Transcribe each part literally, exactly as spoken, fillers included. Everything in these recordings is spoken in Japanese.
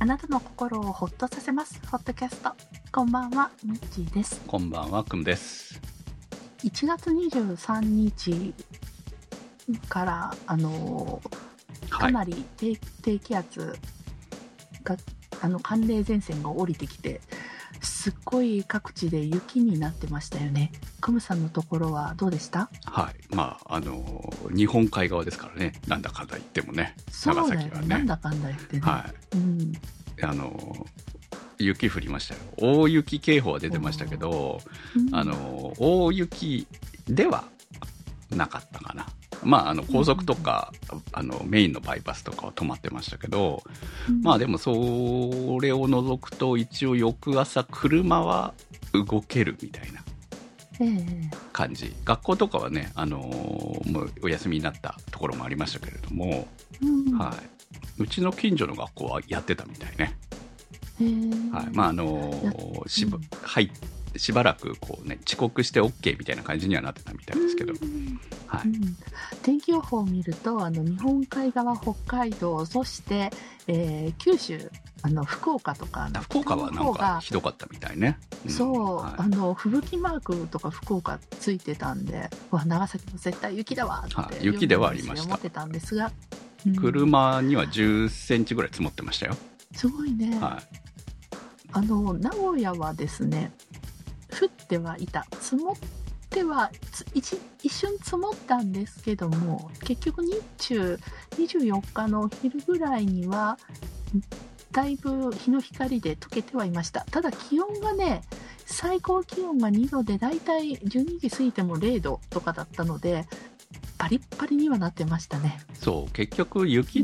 あなたの心をホッとさせますホットキャスト。こんばんは、ミッチーです。 こんばんは、くんです。 いちがつにじゅうさんにちからあのー、かなり 低,、はい、低気圧があの寒冷前線が降りてきて、すっごい各地で雪になってましたよね。クムさんのところはどうでした？ はい、まああの日本海側ですからね、なんだかんだ言ってもね、長崎はね、 なんだかんだ言ってね、 はい、うん、あの雪降りましたよ。大雪警報は出てましたけど、うん、あの大雪ではなかったかな。まあ、あの高速とか、うん、あのメインのバイパスとかは止まってましたけど、うん、まあでもそれを除くと一応翌朝車は動けるみたいな感じ、えー、学校とかはね、あのー、もうお休みになったところもありましたけれども、うんはい、うちの近所の学校はやってたみたいね、えーはいまああのーしばうんはいしばらくこう、ね、遅刻して OK みたいな感じにはなってたみたいですけど、うんはいうん、 天気予報を見るとあの日本海側、北海道、そして、えー、九州、あの福岡とかの福岡はなんかひどかったみたいね、 うん、そう、はい、あの吹雪マークとか福岡ついてたんで、わ長崎も絶対雪だわって、はい、 雪ではありました。 思ってたんですが、 うん、車にはじゅっセンチぐらい積もってましたよ。 すごいね、はい、あの名古屋はですね降ってはいた、積もっては一, 一瞬積もったんですけども、結局日中にじゅうよっかの昼ぐらいにはだいぶ日の光で溶けてはいました。ただ気温がね、最高気温がにどで、だいたいじゅうにじ過ぎてもれいどとかだったので、パリッパリにはなってましたね。 そう結局雪って、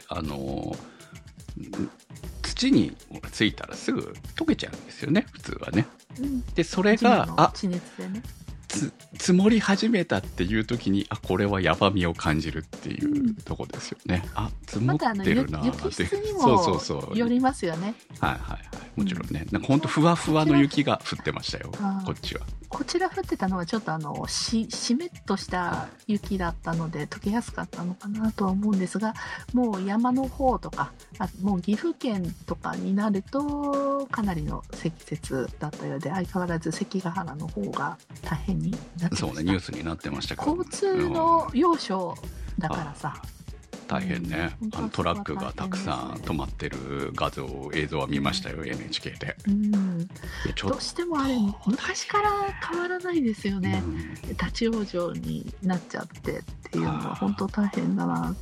うん、あの土についたらすぐ溶けちゃうんですよね、普通はね、うん、でそれがあ地熱でねつ積もり始めたっていう時に、あこれはヤバみを感じるっていうとこですよね、うん、あ積もってるなーって、ま、 雪質にもよりますよね。 はいはいはい、もちろんね、うん、なんかほんとふわふわの雪が降ってましたよ、こっちは。 こちら降ってたのはちょっとあのし湿っとした雪だったので溶けやすかったのかなとは思うんですが、もう山の方とか、あもう岐阜県とかになるとかなりの積雪だったようで、相変わらず関ヶ原の方が大変になってました。 そうね、ニュースになってましたけど、 交通の要衝だからさ、 大変ね、うん、あのトラックがたくさん止まってる画像映像は見ましたよ、うん、エヌエイチケー で、うん、 ちょどうしてもあれ昔から変わらないですよね、うん、立ち往生になっちゃってっていうのは本当大変だなって。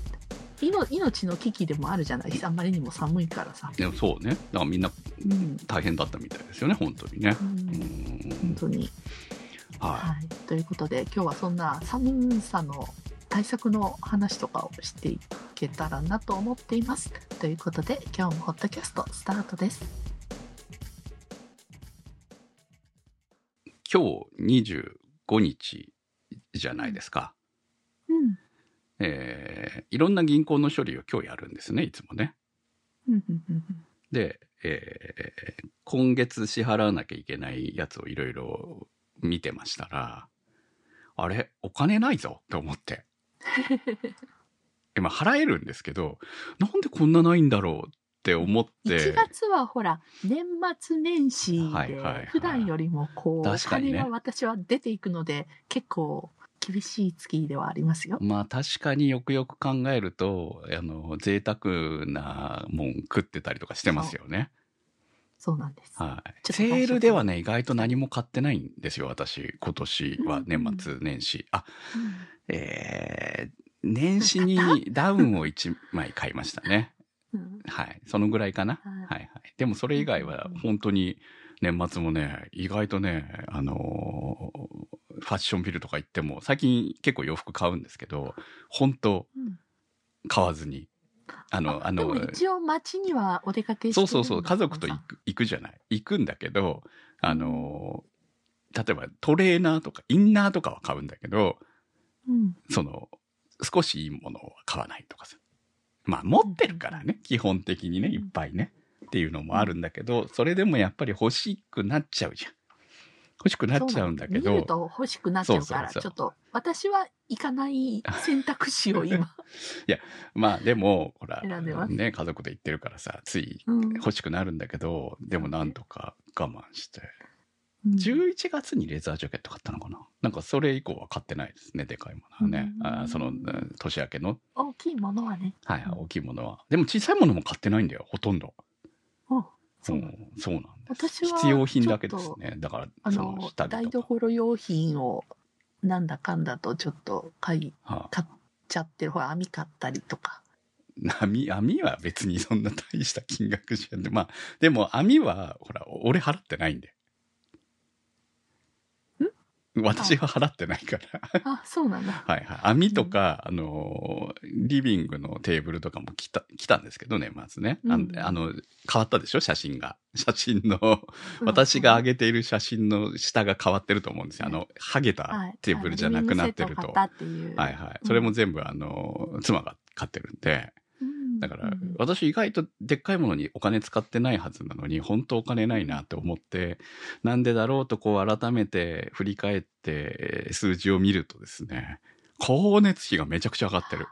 命の危機でもあるじゃないですか、あんまりにも寒いからさ。 でもそうね、だからみんな大変だったみたいですよね、本当にね、うん、 本当に、はい、はい、ということで今日はそんな寒さの対策の話とかをしていけたらなと思っています。ということで今日もホットキャストスタートです。 今日にじゅうごにちじゃないですか、うんえー、いろんな銀行の処理を今日やるんですね、いつもね。で、えー、今月支払わなきゃいけないやつをいろいろ見てましたら、あれお金ないぞと思って今払えるんですけど、なんでこんなないんだろうって思って。 いちがつはほら年末年始で普段よりもこう、はいはいはい、お金が私は出ていくので結構厳しい月ではありますよ。 まあ確かによくよく考えるとあの贅沢なもん食ってたりとかしてますよね。 そうなんです、 はい、セールではね意外と何も買ってないんですよ、私今年は年末年始、うん、あ、うん、えー年始にダウンをいちまい買いましたね、うん、はいそのぐらいかな、はいはいはい、でもそれ以外は本当に年末もね意外とねあのー、ファッションビルとか行っても最近結構洋服買うんですけど本当買わずに、 あのああのでも一応街にはお出かけしてるんですか？ そうそうそう、家族と行く行くじゃない行くんだけどあのー、例えばトレーナーとかインナーとかは買うんだけど、うん、その少しいいものを買わないとかさ、まあ持ってるからね、うん、基本的にねいっぱいねっていうのもあるんだけど、それでもやっぱり欲しくなっちゃうじゃん。 欲しくなっちゃうんだけど。 見ると欲しくなっちゃうから、 そうそうそう、 ちょっと、私は行かない選択肢を今。 いや、まあでも、ほら、 選んでますね、家族で行ってるからさ、つい欲しくなるんだけど、うん、でもなんとか我慢して。うん、じゅういちがつにレザージャケット買ったのかな。なんかそれ以降は買ってないですね、でかいものはね。うん、あその、年明けの。 大きいものはね。 はい、大きいものは。でも小さいものも買ってないんだよ、ほとんど。 うんそうなんです。そうなんです。 私は必要品だけですね。だから、 あの、台所用品をなんだかんだとちょっと買い、はあ、買っちゃってる。ほら、網買ったりとか。 網、網は別にそんな大した金額じゃんで、まあ、でも網は、ほら、俺払ってないんで。私は払ってないから。 あ、そうなんだ。 はいはい。網とか、うん、あの、リビングのテーブルとかも来た、来たんですけどね、まずね。うん、あの、変わったでしょ写真が。写真の、私が上げている写真の下が変わってると思うんですよ。あの、剥げたテーブルじゃなくなってると。はいはい。それも全部、あの、妻が買ってるんで。だから、私意外とでっかいものにお金使ってないはずなのに、本当お金ないなって思って、なんでだろうとこう改めて振り返って数字を見るとですね、光熱費がめちゃくちゃ上がってる。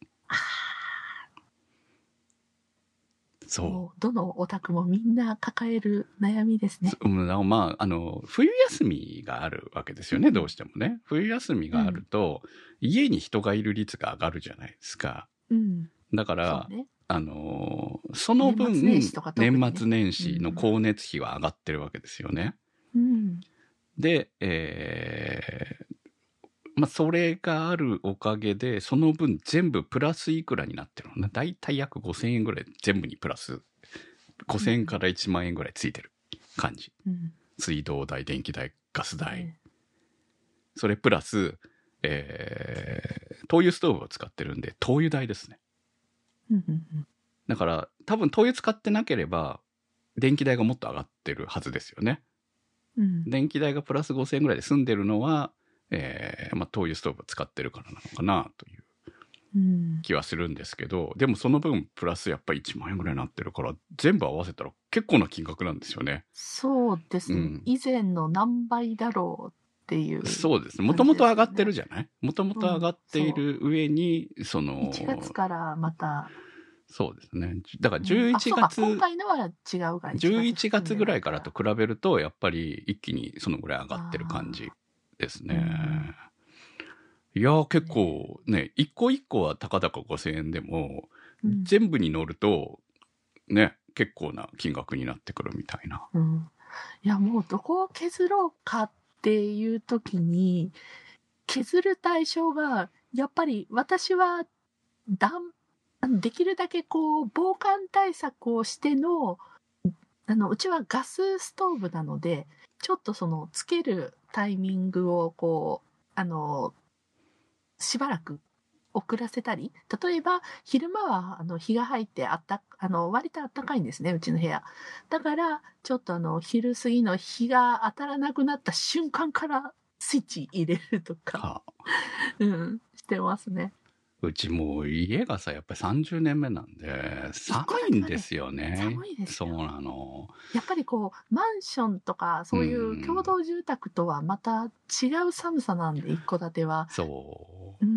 そう。どのお宅もみんな抱える悩みですね。 まあ、あの、冬休みがあるわけですよね、どうしてもね。冬休みがあると、うん、家に人がいる率が上がるじゃないですか。うんだから、ね、あのー、その分、年末年始とか特にね、年末年始の光熱費は上がってるわけですよね。うん、で、えー、まあ、それがあるおかげで、その分全部プラスいくらになってるのね。だいたい約ごせんえんぐらい全部にプラス、ごせんえんからいちまんえんぐらいついてる感じ。うん、水道代、電気代、ガス代。うん、それプラス、えー、灯油ストーブを使ってるんで、灯油代ですね。だから多分灯油使ってなければ電気代がもっと上がってるはずですよね。うん、電気代がプラスごせんえんぐらいで済んでるのは、えーまあ、灯油ストーブを使ってるからなのかなという気はするんですけど、うん、でもその分プラスやっぱりいちまんえんぐらいになってるから全部合わせたら結構な金額なんですよね。 そうですね、うん、以前の何倍だろうっていう、ね、 そうですね。もともと上がってるじゃないもともと上がっている上に、うん、その。 いちがつからまた。 そうですね。だからじゅういちがつ、 うん、今回のは違うから。 じゅういちがつぐらいからと比べると、やっぱり一気にそのぐらい上がってる感じですね。うん、いや、結構ね、一個一個はたかだかごせんえんでも、うん、全部に乗ると、ね、結構な金額になってくるみたいな。 うん、いや、もうどこを削ろうかっていう時に、削る対象が、やっぱり私は、暖、できるだけこう、防寒対策をしての、あの、うちはガスストーブなので、ちょっとその、つけるタイミングをこう、あの、しばらく遅らせたり、例えば昼間はあの日が入ってあったあの割と暖かいんですね、うちの部屋。だからちょっとあの昼過ぎの日が当たらなくなった瞬間からスイッチ入れるとか、はあ、うんしてますね。 うちもう家がさやっぱりさんじゅうねんめなんで寒いんですよね。 寒いですよ。 そうなの。 やっぱりこうマンションとかそういう共同住宅とはまた違う寒さなんで、一戸建ては。 そう。うん、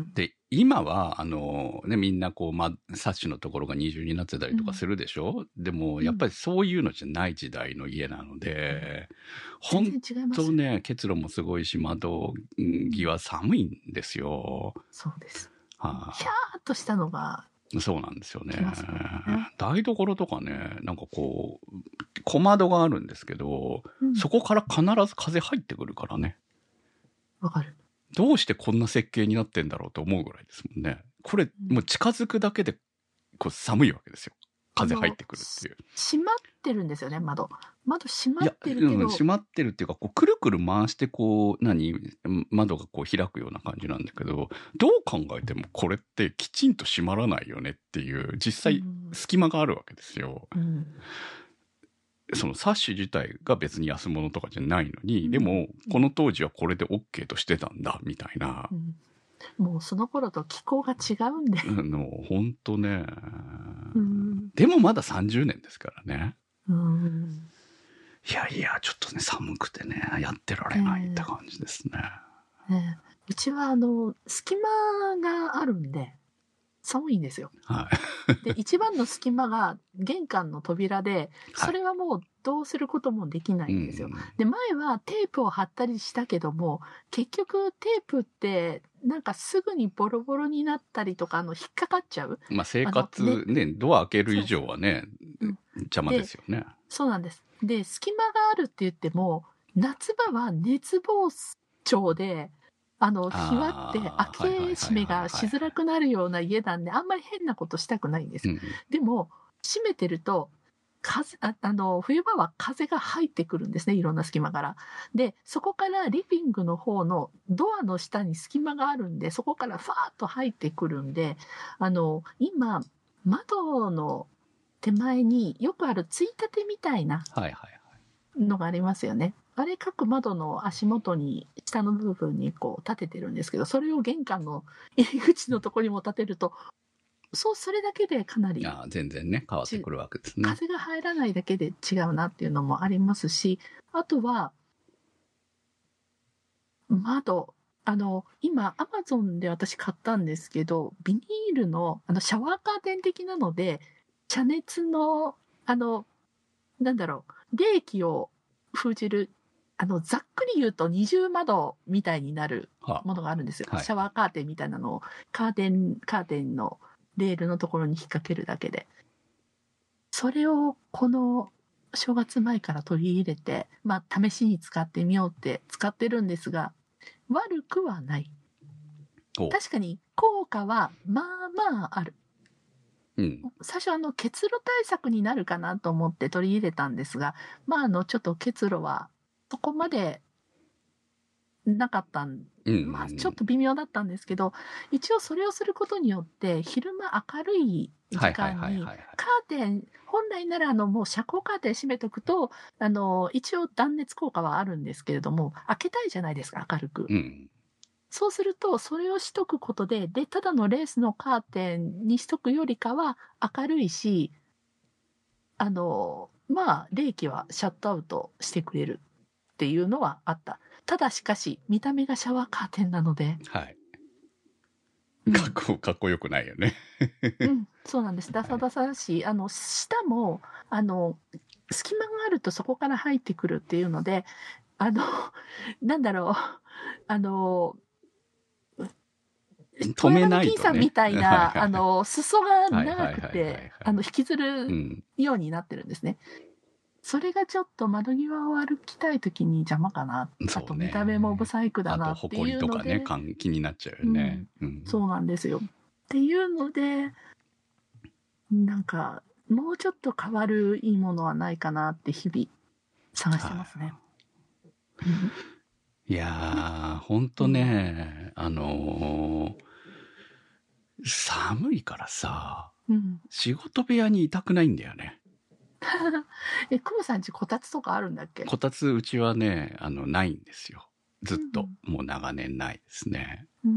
で今はあのねみんなこうまサッシのところが二重になってたりとかするでしょ。うん、でもやっぱりそういうのじゃない時代の家なので、うん、本当ね結露もすごいし窓際寒いんですよ。 そうです。 はあ、 ヒャーっとしたのが、 そうなんですよね。ね台所とかね、なんかこう、小窓があるんですけど、うん、そこから必ず風入ってくるからね。 わかる。 どうしてこんな設計になってんだろうと思うぐらいですもんね。これ、もう近づくだけでこう寒いわけですよ。風入ってくるっていう。 閉まってるんですよね、窓。窓閉まってるけど。いや、 うん、閉まってるっていうか、こう、くるくる回して、こう、何、窓がこう開くような感じなんだけど、どう考えてもこれってきちんと閉まらないよねっていう、実際、隙間があるわけですよ。うん、そのサッシ自体が別に安物とかじゃないのに、うん、でも、この当時はこれで OK としてたんだ、みたいな。うんもうその頃と気候が違うんで。 あの、ほんとね。うん、でもまださんじゅうねんですからね。うんいやいや、ちょっとね、寒くてね、やってられないって感じですね。 えーね、うちは、あの、隙間があるんで、寒いんですよ。 はい。 で、一番の隙間が玄関の扉で、それはもうどうすることもできないんですよ。 はい、 で、前はテープを貼ったりしたけども、結局テープってなんかすぐにボロボロになったりとか、あの、引っかかっちゃう。 まあ生活ね、ね、ドア開ける以上はね、うん、邪魔ですよね。 そうなんです。で、隙間があるって言っても、夏場は熱膨張で、あの、日はって開け閉めがしづらくなるような家なんで、あんまり変なことしたくないんですよ。うん、でも、閉めてると、風、あ、あの、冬場は風が入ってくるんですね、いろんな隙間から。で、そこからリビングの方のドアの下に隙間があるんで、そこからファーッと入ってくるんで、あの、今、窓の手前によくあるついたてみたいなのがありますよね。あれ各窓の足元に下の部分にこう立ててるんですけど、それを玄関の入り口のところにも立てると、そうそれだけでかなりあ全然ね変わってくるわけですね。 風が入らないだけで違うなっていうのもありますし、あとは窓、あの今アマゾンで私買ったんですけど、ビニールのあのシャワーカーテン的なので、遮熱のあのなんだろう冷気を封じる、あのざっくり言うと二重窓みたいになるものがあるんですよ、はい、シャワーカーテンみたいなのをカーテンカーテンのレールのところに引っ掛けるだけで、それをこの正月前から取り入れて、まあ試しに使ってみようって使ってるんですが、悪くはない。確かに効果はまあまあある。うん、最初あの結露対策になるかなと思って取り入れたんですが、まああのちょっと結露はそこまでなかったん、うんうんうん、まあちょっと微妙だったんですけど、一応それをすることによって昼間明るい時間にカーテン、本来ならあのもう遮光カーテン閉めとくとあの一応断熱効果はあるんですけれども、開けたいじゃないですか、明るく。うん、そうするとそれをしとくことで、でただのレースのカーテンにしとくよりかは明るいし、あのまあ冷気はシャットアウトしてくれるっていうのはあった。ただしかし見た目がシャワーカーテンなので、 はい、かっこかっこよくないよね。 うん、そうなんです。ダサダサだし、はい、あの下もあの隙間があるとそこから入ってくるっていうので、あのなんだろう、あの止めないと、ね、金さんみたいな、はいはい、あの裾が長くて引きずるようになってるんですね。うん、それがちょっと窓際を歩きたいときに邪魔かな。ね、あと見た目もブサイクだなっていうので。あと埃とかね、感気になっちゃうよね、 うんうん。そうなんですよ。っていうので、なんかもうちょっと変わるいいものはないかなって日々探してますね。 いやー、ほんとね、うん、あのー、寒いからさ、うん、仕事部屋にいたくないんだよね。 え、クモさんちこたつとかあるんだっけ？ こたつうちはね、あの、ないんですよ。ずっと、うん、もう長年ないですね。うん、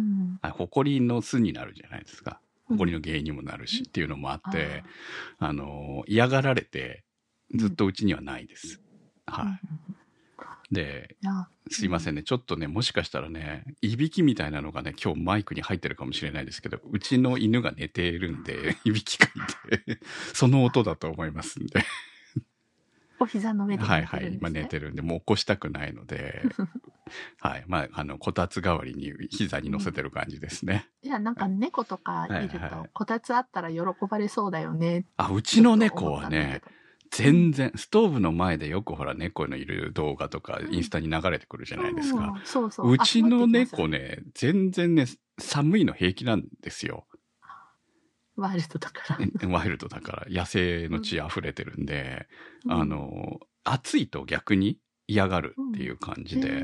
ほこりの巣になるじゃないですか。ほこりの原因にもなるし、うん、っていうのもあって、あ、あの、嫌がられて、ずっとうちにはないです。うん、はい。で、すいませんね、ちょっとね、もしかしたらね、いびきみたいなのがね、今日マイクに入ってるかもしれないですけど、うちの犬が寝ているんで、いびきかいて、その音だと思いますんで。 お膝の上で寝てるんですね。 はいはい、今寝てるんで、もう起こしたくないので、はい、まあ、あの、こたつ代わりに膝に乗せてる感じですね。 うん、いや、なんか猫とかいると、こたつあったら喜ばれそうだよね。 あ、うちの猫はね、全然、ストーブの前でよくほら猫のいる動画とかインスタに流れてくるじゃないですか。 うん、そうそう。 うちの猫ね、全然ね、寒いの平気なんですよ。 ワイルドだから。 ワイルドだから、野生の血溢れてるんで、うん、あの、暑いと逆に嫌がるっていう感じで、うん、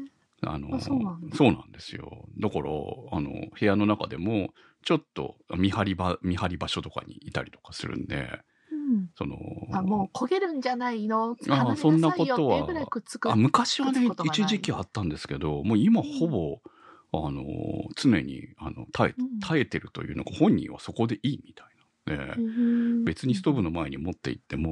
あのあ、そうなんだ。そうなんですよ。だから、あの、部屋の中でも、ちょっと見張り場、見張り場所とかにいたりとかするんで、そのあ、もう焦げるんじゃないの、あ、そんなことはあ、昔はね一時期あったんですけど、もう今ほぼ、うん、あの常にあの耐え、耐えてるというのか、本人はそこでいいみたいなで、うん、別にストーブの前に持って行っても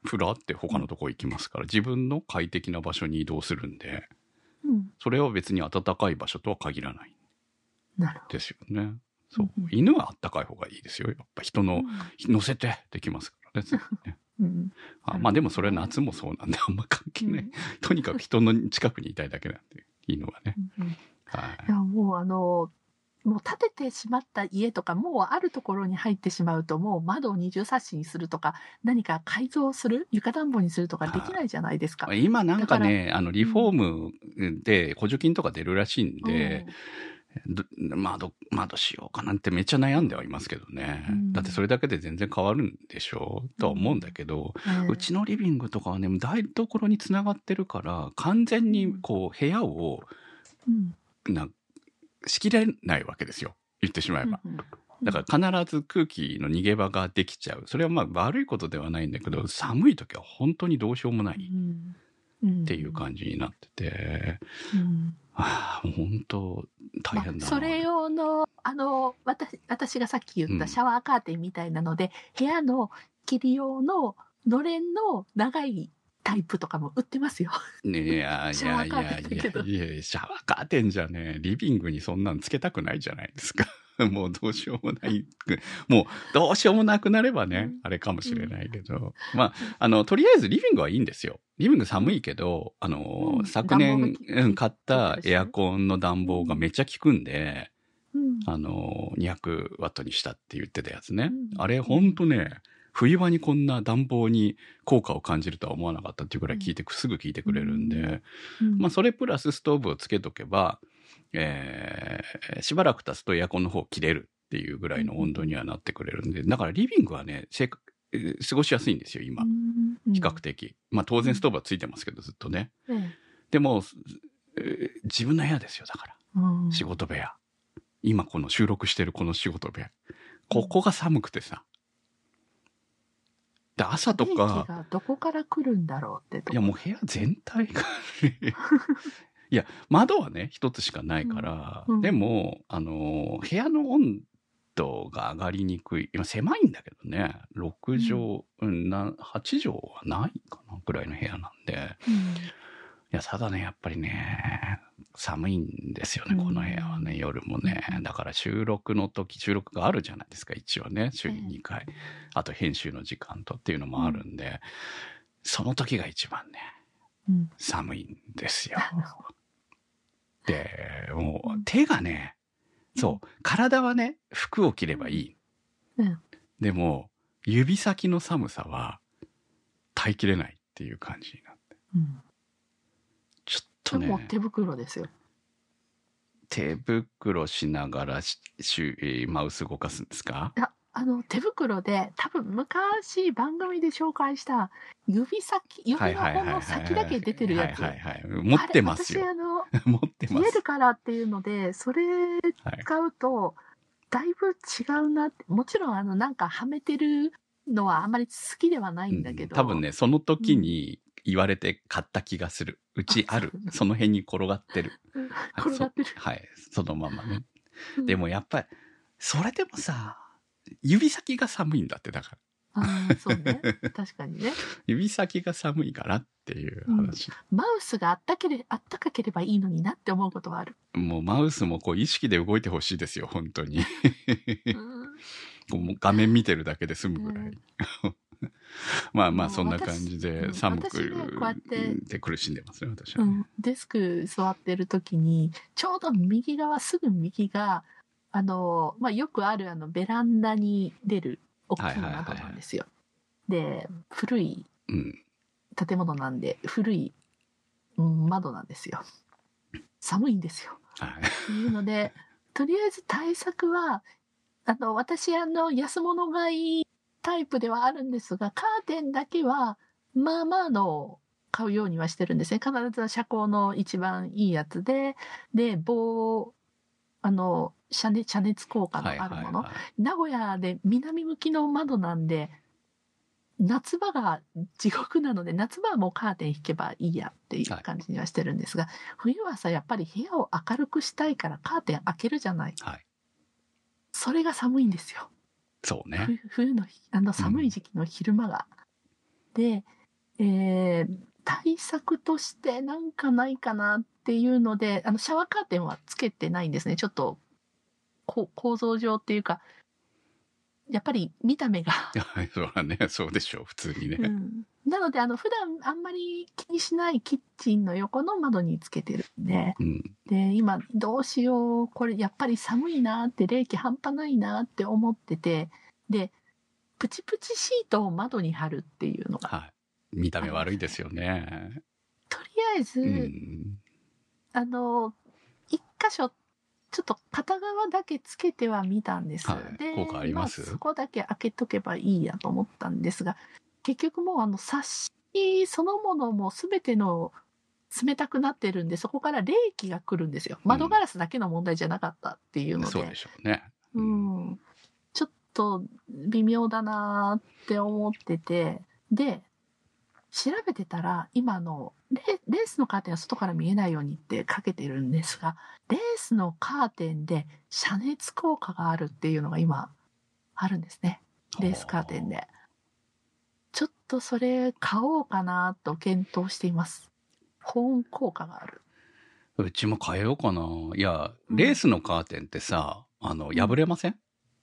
ふらって他のとこ行きますから、自分の快適な場所に移動するんで、 うん、 それは別に暖かい場所とは限らないなるほどですよね。そう、 うんうん、 犬は暖かい方がいいですよ。やっぱ人の、うん、乗せてできますからね。ねうん、あまあでもそれは夏もそうなんであんま関係ない、うん、とにかく人の近くにいたいだけなんで犬はね、 うんうん、はい、いやもうあのもう建ててしまった家とかもうあるところに入ってしまうともう窓を二重サッシにするとか何か改造する床暖房にするとかできないじゃないですか、 はあ、今なんかねあのリフォームで補助金とか出るらしいんで、うん、窓窓しようかなんてめっちゃ悩んではいますけどね、うん、だってそれだけで全然変わるんでしょうとは思うんだけど、うんえー、うちのリビングとかはね台所につながってるから完全にこう部屋を、うん、な仕切れないわけですよ言ってしまえば、うんうん、だから必ず空気の逃げ場ができちゃう。それはまあ悪いことではないんだけど寒い時は本当にどうしようもないっていう感じになってて、うんうんはあ、もう本当大変だな、 まあ、それ用のあの 私, 私がさっき言ったシャワーカーテンみたいなので、うん、部屋の切り用ののれんの長いタイプとかも売ってますよ。 ねえ、いやいやいやいやいや、シャワーカーテンじゃね、リビングにそんなんつけたくないじゃないですか。もうどうしようもない。もうどうしようもなくなればね、うん、あれかもしれないけど。うん、まあ、あの、とりあえずリビングはいいんですよ。リビング寒いけど、うん、あの、うん、昨年、うん、買ったエアコンの暖房がめっちゃ効くんで、うん、あの、にひゃくワットにしたって言ってたやつね。あれほんとね、冬場にこんな暖房に効果を感じるとは思わなかったっていうぐらい聞いて、うん、すぐ聞いてくれるんで、うん、まあそれプラスストーブをつけとけば、えー、しばらく経つとエアコンの方切れるっていうぐらいの温度にはなってくれるんで、だからリビングはね、せえー、過ごしやすいんですよ今、比較的。まあ当然ストーブはついてますけどずっとね。うん、でも、えー、自分の部屋ですよだから、うん、仕事部屋。今この収録してるこの仕事部屋。ここが寒くてさ。で朝とか。 電気がどこから来るんだろうってとこ。 いやもう部屋全体がね。いや、窓はね、一つしかないから、うんうん、でも、あの、部屋の温度が上がりにくい。今狭いんだけどね、ろく畳、うん、なはち畳はないかなぐらいの部屋なんで。うん、いや、ただね、やっぱりね、寒いんですよね、この部屋はね、夜もね。だから収録の時、収録があるじゃないですか、一応ね、週ににかい。あと編集の時間とっていうのもあるんで、うん、その時が一番ね、うん、寒いんですよ。で、もう手がね、うん、そう、体はね、服を着ればいい。うん、でも、指先の寒さは耐えきれないっていう感じになって。うんちょっとね。 もう手袋ですよ。 手袋しながらししマウス動かすんですか？ いや、あの手袋で多分昔番組で紹介した指先、指の方の先だけ出てるやつ。 はいはいはい、はい、持ってますよ。 私あの持ってます。 冷えるからっていうのでそれ使うとだいぶ違うなって。もちろんあのなんかはめてるのはあんまり好きではないんだけど。 うん、多分ねその時に、うん言われて買った気がする。うちある。その辺に転がってる。 転がってる。 はい。そのままね。でもやっぱり、それでもさ、指先が寒いんだってだから。 ああ、そうね。確かにね。 指先が寒いからっていう話。 うん、マウスがあったけれ、あったかければいいのになって思うことはある。 もうマウスもこう意識で動いてほしいですよ、本当に。うん、もう画面見てるだけで済むぐらい。うんまあまあそんな感じで寒くで苦しんでますね私は、ねうん、 デスク座ってる時にちょうど右側すぐ右があの、まあ、よくあるあのベランダに出る大きい窓なんですよ、はいはいはいはい、で古い建物なんで、うん、古い、うん、窓なんですよ。寒いんですよ、はい、っていうのでとりあえず対策はあの私あの安物買いタイプではあるんですが、カーテンだけはまあまあの買うようにはしてるんですね。必ず遮光の一番いいやつで、で防あの遮熱、遮熱効果のあるもの、はいはいはい、名古屋で南向きの窓なんで夏場が地獄なので、夏場はもうカーテン引けばいいやっていう感じにはしてるんですが、はい、冬はさやっぱり部屋を明るくしたいからカーテン開けるじゃない、はい、それが寒いんですよ。 そうね。 冬のあの寒い時期の昼間が、 で、えー対策としてなんかないかなっていうので、あの、シャワーカーテンはつけてないんですね。ちょっと、こ構造上っていうか、やっぱり見た目が、 はい、そうだね。そうでしょう、普通にね。 うん。なので、あの、普段あんまり気にしないキッチンの横の窓につけてるんで、 うん。 で、今、どうしよう、これやっぱり寒いなって、冷気半端ないなって思ってて、で、プチプチシートを窓に貼るっていうのが、 はい。見た目悪いですよね。 とりあえず、 うん。 あの、一箇所、ちょっと片側だけつけてはみたんです。 はいで、 効果ありますあ、そこだけ開けとけばいいやと思ったんですが、結局もうあの、サッシそのものも全ての冷たくなってるんで、そこから冷気が来るんですよ。窓ガラスだけの問題じゃなかったっていうので。 そうでしょうね。 ううん。 ん。ちょっと微妙だなーって思ってて、で、調べてたら、今あのレ、レースのカーテンは外から見えないようにってかけてるんですが、レースのカーテンで遮熱効果があるっていうのが今あるんですね。レースカーテンで。ちょっとそれ買おうかなと検討しています。保温効果がある。 うちも変えようかな。いや、 うんレースのカーテンってさ、あの、破れません？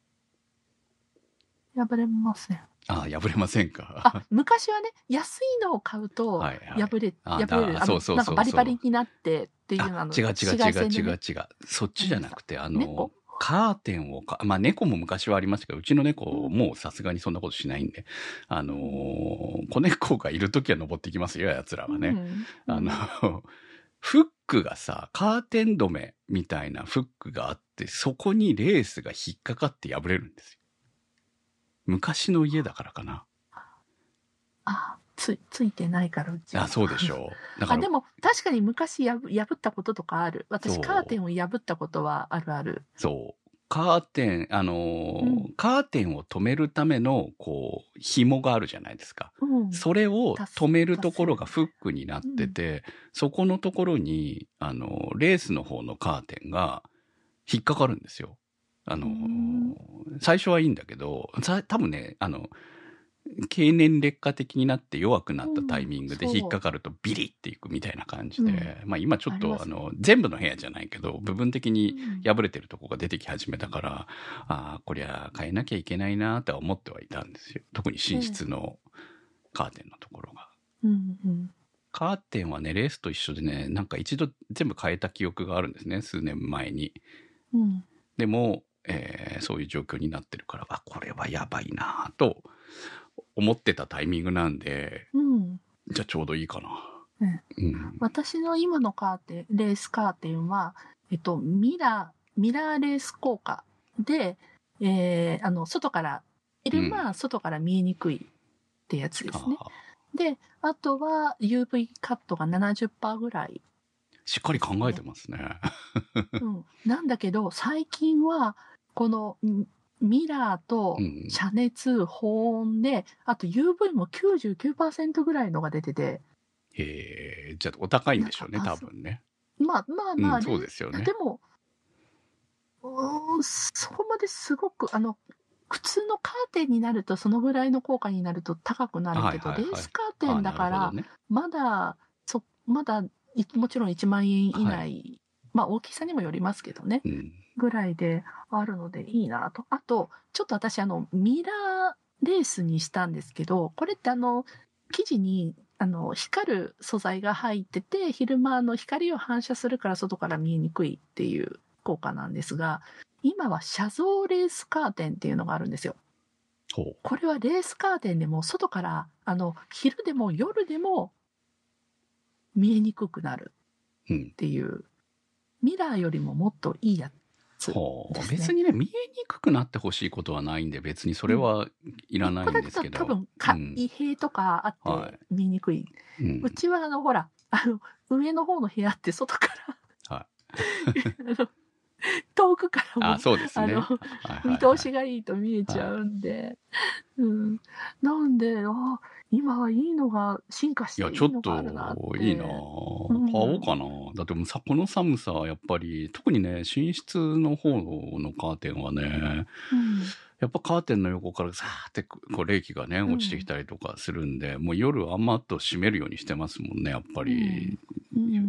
破れません。 ああ、破れませんか。 あ、昔はね、安いのを買うと、 はいはい破れ、 あ破れる。 だあの、 そうそうそうそうなんかバリバリになってっていうあ、 あの、 違う違う紫違う違う外線でね違う。そっちじゃなくて、あの猫、 カーテンをか、まあ猫も昔はありましたけど、うちの猫うんもうさすがにそんなことしないんで、あのー子猫がいるときは登ってきますよ、奴らはね。 うんあの、フックがさ、カーテン止めみたいなフックがあって、そこにレースが引っかかって破れるんですよ。昔の家だからかな。 あ、つ、ついてないから、うちは。 あ、そうでしょう。だかあ、 らで、も、確かに昔やぶ破ったこととかある。 そう私、カーテンを破ったことはあるある。 そう。カーテン、あのーうんカーテンを止めるための、こう、紐があるじゃないですか。 うん。 それを止めるところが足フックになってて、そこのところに、あの、レースの方のカーテンが引っかかるんですよ。あの、 うん最初はいいんだけど、さ多分ね、あの、経年劣化的になって弱くなったタイミングでうん引っかかるとビリっていくみたいな感じで、まあ今ちょっとあありますの全部の部屋じゃないけど部分的にうん破れてるとこが出てき始めたから、ああこりゃ変えなきゃいけないなとは思ってはいたんですよ。特に寝室のカーテンのところが。 うんうんカーテンはねレースと一緒でねなんか一度全部変えた記憶があるんですね、数年前に。 うんでも、えーそういう状況になってるからあこれはやばいなと思ってたタイミングなんで、 うんじゃあちょうどいいかな。 うんうん。 私の今のカーテン、レースカーテンは、えっと、ミラー、ミラーレース効果で、えー、あの、外から、昼間、外から見えにくいってやつですね。 ああで、あとは ユーブイ カットが ななじゅっパーセント ぐらい。 しっかり考えてますね。 うん。なんだけど、最近は、この、んミラーとうん遮熱、保温で、あと ユーブイ も きゅうじゅうきゅうパーセント ぐらいのが出てて、 へえ、じゃあお高いんでしょうね、 なんか多分ね。 まあまあまあ、 うん、そうですよねで。も、うーん、そこまですごく、あの、普通のカーテンになると、そのぐらいの効果になると高くなるけど、 はいはいはいレースカーテンだからあなるほど、ねまだ、そ、まだ、いもちろんいちまんえん以内、まあ大きさにもよりますけどね、 うん。 ぐらいであるのでいいなと。あと、ちょっと私、あの、ミラーレースにしたんですけど、これってあの、生地に、あの、光る素材が入ってて、昼間の光を反射するから外から見えにくいっていう効果なんですが、今は遮像レースカーテンっていうのがあるんですよ。 ほう。 これはレースカーテンでも外から、あの、昼でも夜でも見えにくくなるうんっ。ていう、ミラーよりももっといいやつほう。 ですね。 別にね、見えにくくなってほしいことはないんで、別にそれはいらないんですけど。 これだと多分か、 うん異閉とかあってはい見えにくい。 うんうちはあの、ほら、あの、上の方の部屋って外からはいあの遠くからもあ、そうですね。 あのはいはいはい見通しがいいと見えちゃうんで、うん。なんで、あ、今はいいのが進化しいや、 ていいちょっのがあるなって。 といいなぁ、 うん買おうかな。だってもうさ、この寒さはやっぱり、特にね、寝室の方のカーテンはね、 うんやっぱカーテンの横からさーってこう冷気がね落ちてきたりとかするんで、うん、もう夜あんまと閉めるようにしてますもんねやっぱり、うんうん、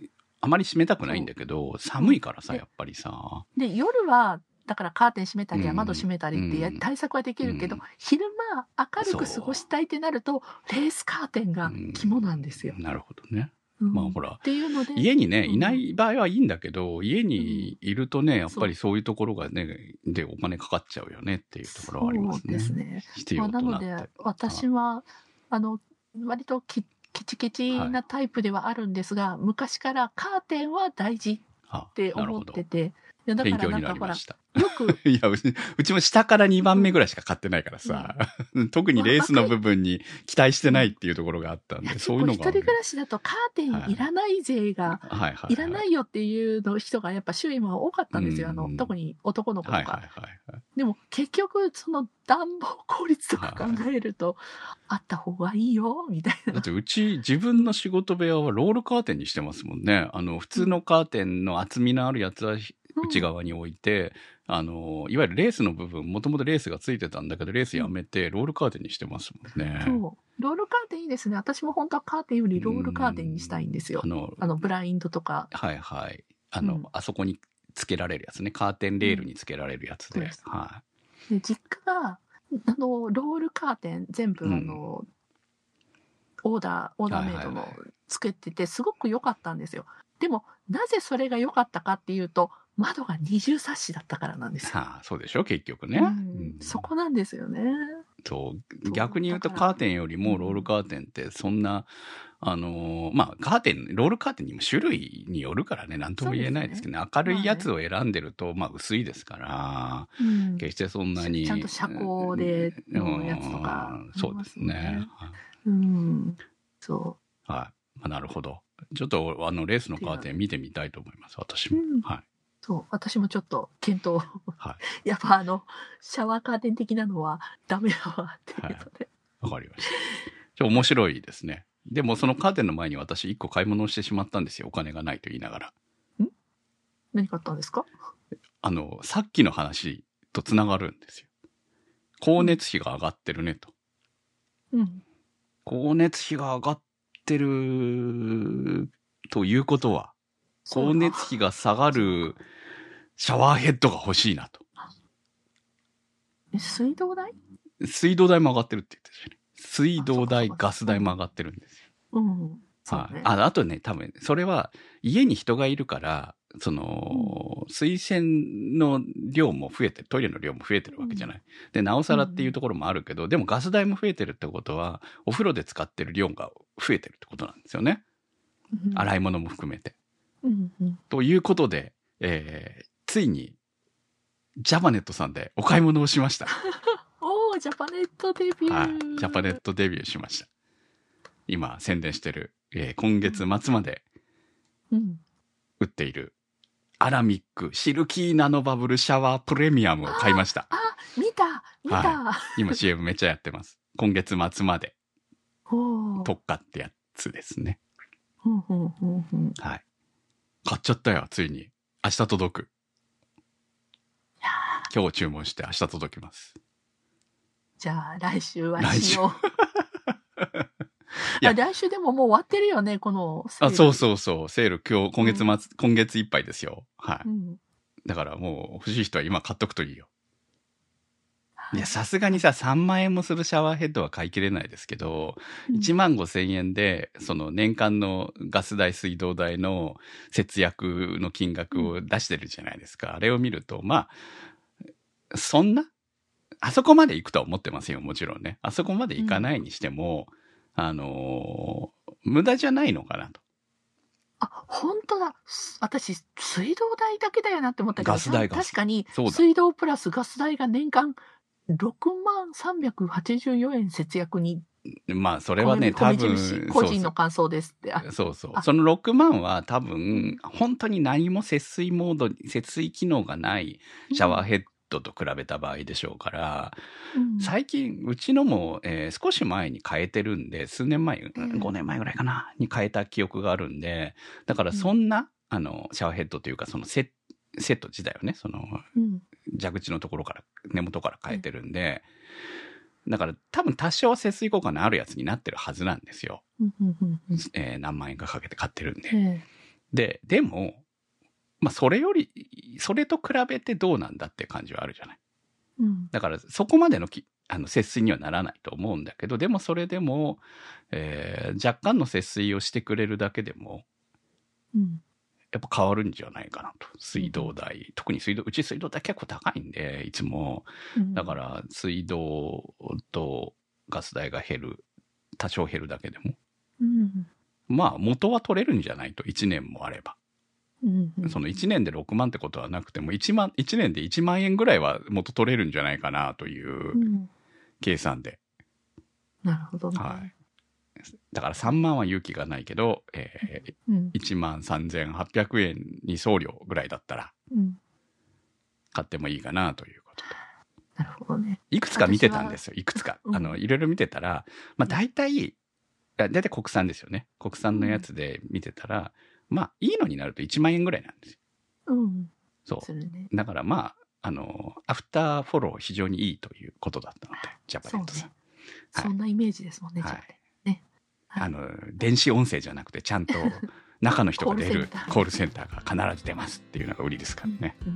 あまり閉めたくないんだけど寒いからさ、うん、やっぱりさで夜はだからカーテン閉めたり、うん、窓閉めたりって対策はできるけど、うん、昼間明るく過ごしたいってなるとレースカーテンが肝なんですよ、 うん、なるほどね。まあほら、 っていうので家にね、いない場合はいいんだけど、家にいるとね、やっぱりそういうところがね、でお金かかっちゃうよねっていうところはありますね。 そうですね。 必要となって。 まあ、なので、私は、あの、割ときケチケチなタイプではあるんですが、はい、昔からカーテンは大事って思ってて、いやだからなんかほら、よくいやうち、うちも下からにばんめぐらいしか買ってないからさ、うん、特にレースの部分に期待してないっていうところがあったんで、うん、そういうのが。 一人暮らしだとカーテンいらない勢が、いらないよっていうの人がやっぱ周囲も多かったんですよ。あの、特に男の子とか。はいはいはいはい、でも結局その暖房効率とか考えると、はいはい、あった方がいいよ、みたいな。 だってうち自分の仕事部屋はロールカーテンにしてますもんね。あの、普通のカーテンの厚みのあるやつは、内側に置いて、うん、あのいわゆるレースの部分もともとレースがついてたんだけどレースやめてロールカーテンにしてますもんね。 そうロールカーテンいいですね。私も本当はカーテンよりロールカーテンにしたいんですよ。あのあのブラインドとか。 はいはいあの、うん、あそこにつけられるやつね。カーテンレールにつけられるやつで。うん、はい、 で実家があのロールカーテン全部あの、うん、オーダーオーダーメイドの作っててすごく良かったんですよ。でもなぜそれが良かったかっていうと窓が二重サッシだったからなんですよ。 はあ、そうでしょ結局ね、 うんうん、そこなんですよね。 そう逆に言うとカーテンよりもロールカーテンってそんな、うん、あのまあカーテンロールカーテンにも種類によるからね何とも言えないですけどね、明るいやつを選んでると、まあ、薄いですから、うん、決してそんなにちゃんと遮光でのやつとか、 うん、そうですね。 うん、そうはい、まあ、なるほど。ちょっとあのレースのカーテン見てみたいと思います私も、うん、はい。 そう私もちょっと検討、はい、やっぱあのシャワーカーテン的なのはダメだわっていうのでわ、はい、かりました。ちょ面白いですね。でもそのカーテンの前に私いっこ買い物をしてしまったんですよ。お金がないと言いながら。 ん何買ったんですか？ あのさっきの話とつながるんですよ。光熱費が上がってるねと、うん、光熱費が上がってるということは光熱費が下がるシャワーヘッドが欲しいなと。 水道代？ 水道代も上がってるって言ってたじゃない。水道代、ガス代も上がってるんですよ。うん。はい、ね。あ、あとね、多分、それは家に人がいるから、その、うん、水洗の量も増えてる、トイレの量も増えてるわけじゃない。うん、で、なおさらっていうところもあるけど、うん、でもガス代も増えてるってことは、お風呂で使ってる量が増えてるってことなんですよね。うん、洗い物も含めて。うんうん、ということで、えー、ついに、ジャパネットさんでお買い物をしました。 おー、ジャパネットデビュー。 はい、ジャパネットデビューしました。今、宣伝してる、えー、今月末まで、売っている、アラミックシルキーナノバブルシャワープレミアムを買いました。 あ、あ見た、見た、 はい。今 シーエム めっちゃやってます。今月末まで。特価ってやつですね。 ほうほうほうほう。 はい。買っちゃったよ、ついに。明日届く。今日注文して明日届きます。 じゃあ来週はしよう。いや来週でももう終わってるよね、このセール。あ、そうそうそう。セール今日、今月末、うん、今月いっぱいですよ。はい。うん、だからもう欲しい人は今買っとくといいよ。いや、さすがにさ、さんまんえんもするシャワーヘッドは買い切れないですけど、うん、いちまんごせんえんで、その年間のガス代、水道代の節約の金額を出してるじゃないですか。あれを見ると、まあ、そんなあそこまで行くとは思ってますよ、もちろんね。あそこまで行かないにしても、うん、あのー、無駄じゃないのかなと。 あ、本当だ。私、水道代だけだよなって思ったけど、 ガス代が確かに、水道プラスガス代が年間ろくまんさんびゃくはちじゅうよんえん節約に。 まあ、それはね、多分。 個人の感想ですって。 そうそう。そのろくまんは多分、本当に何も節水モード、節水機能がないシャワーヘッドと比べた場合でしょうから、うん、最近、うちのも、えー、少し前に変えてるんで、数年前、うん、ごねんまえぐらいかな、に変えた記憶があるんで、だからそんな、うん、あの、シャワーヘッドというか、そのセ、セット自体をね、その、うん、 蛇口のところから根元から変えてるんで、うん、だから多分多少節水効果のあるやつになってるはずなんですよ、 うんうんうんうん、 えー、何万円かかけて買ってるんで、 えー、 ででもまあそれよりそれと比べてどうなんだって感じはあるじゃない、 うん、 だからそこまでのきあの節水にはならないと思うんだけど、でもそれでも、えー、若干の節水をしてくれるだけでも、 うん、 やっぱ変わるんじゃないかなと。水道代、うん、特に水道うち水道代結構高いんでいつも、うん、だから水道とガス代が減る多少減るだけでも、 うん、 まあ元は取れるんじゃないといちねんもあれば、 うんうん、 そのいちねんでろくまんってことはなくてもいちまんいちねんでいちまんえんぐらいは元取れるんじゃないかなという計算で、 うん、なるほどね、 はい、だからさんまんは勇気がないけど、えーうん、いちまんさんぜんはっぴゃくえんに送料ぐらいだったら買ってもいいかなということで、なるほどね、 いくつか見てたんですよ。いくつか、うん、あのいろいろ見てたら、まあ、大体大体国産ですよね。国産のやつで見てたら、うん、まあいいのになるといちまんえんぐらいなんですよ、 うん、 そう、 ね、 だからまああのアフターフォロー非常にいいということだったので、ジャパネットさん、 そうね、はい、そんなイメージですもんね、はいね、 あの電子音声じゃなくてちゃんと中の人が出るコールセンターが必ず出ますっていうのが売りですからね、 うん、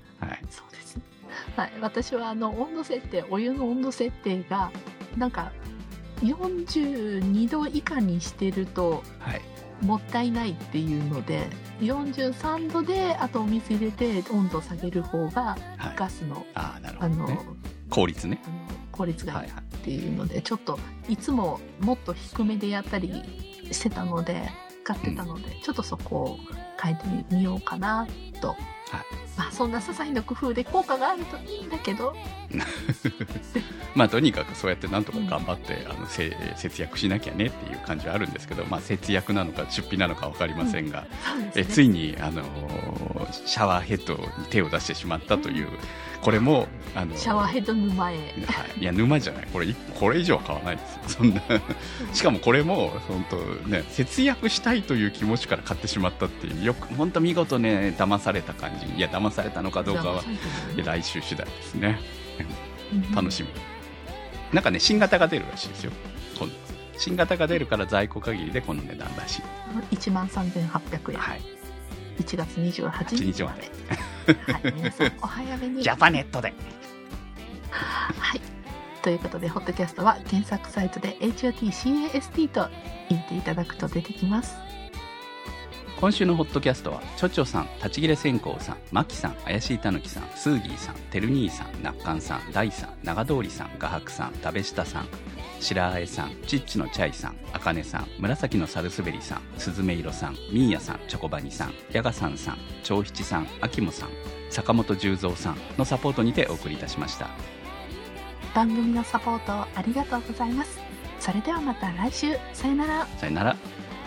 はい、そうですね、はい、私はあの温度設定、お湯の温度設定がなんかよんじゅうにど以下にしてるともったいないっていうので、はい、よんじゅうさんどであとお水入れて温度下げる方がガスの、はい、 あ、なるほどね、あの効率ね、 あの効率がいいっていうので、はいはい、ちょっといつももっと低めでやったりしてたので使ってたので、うん、ちょっとそこを変えてみようかなと、はい、まあそんな些細な工夫で効果があるといいんだけどまあとにかくそうやってなんとか頑張って、うん、あの節約しなきゃねっていう感じはあるんですけど、まあ、節約なのか出費なのか分かりませんが、うんね、えついにあのシャワーヘッドに手を出してしまったという、うん、これもあのシャワーヘッド沼へ、はい、 いや沼じゃない、これこれ以上は買わないですよ、そんなしかもこれも本当ね、節約したいという気持ちから買ってしまったっていう、よく本当見事ね騙された感じ、いや騙されたのかどうかは、ね、来週次第ですね、うん、楽しみ。なんかね新型が出るらしいですよ、今度新型が出るから在庫限りでこの値段らしい。 いちまんさんぜんはっぴゃくえん、はい、いちがつにじゅうはちにちまで、はい、皆さんお早めにジャパネットではい、ということでホットキャストは検索サイトで エイチオーティーシーエーエスティー と入れていただくと出てきます。 今週のホットキャストはちょちょさん、立ち切れ線香さん、マキさん、怪しいたぬきさん、スーギーさん、てる兄さん、なっかんさん、ダイさん、長通りさん、画伯さん、食べしたさん、白あえさん、ちっちのチャイさん、あかねさん、紫のサルスベリさん、すずめいろさん、みーやさん、チョコバニさん、やがさんさん、長七さん、あきもさん、坂本十三さんのサポートにてお送りいたしました。 番組のサポートありがとうございます。それではまた来週、さよなら。 さよなら。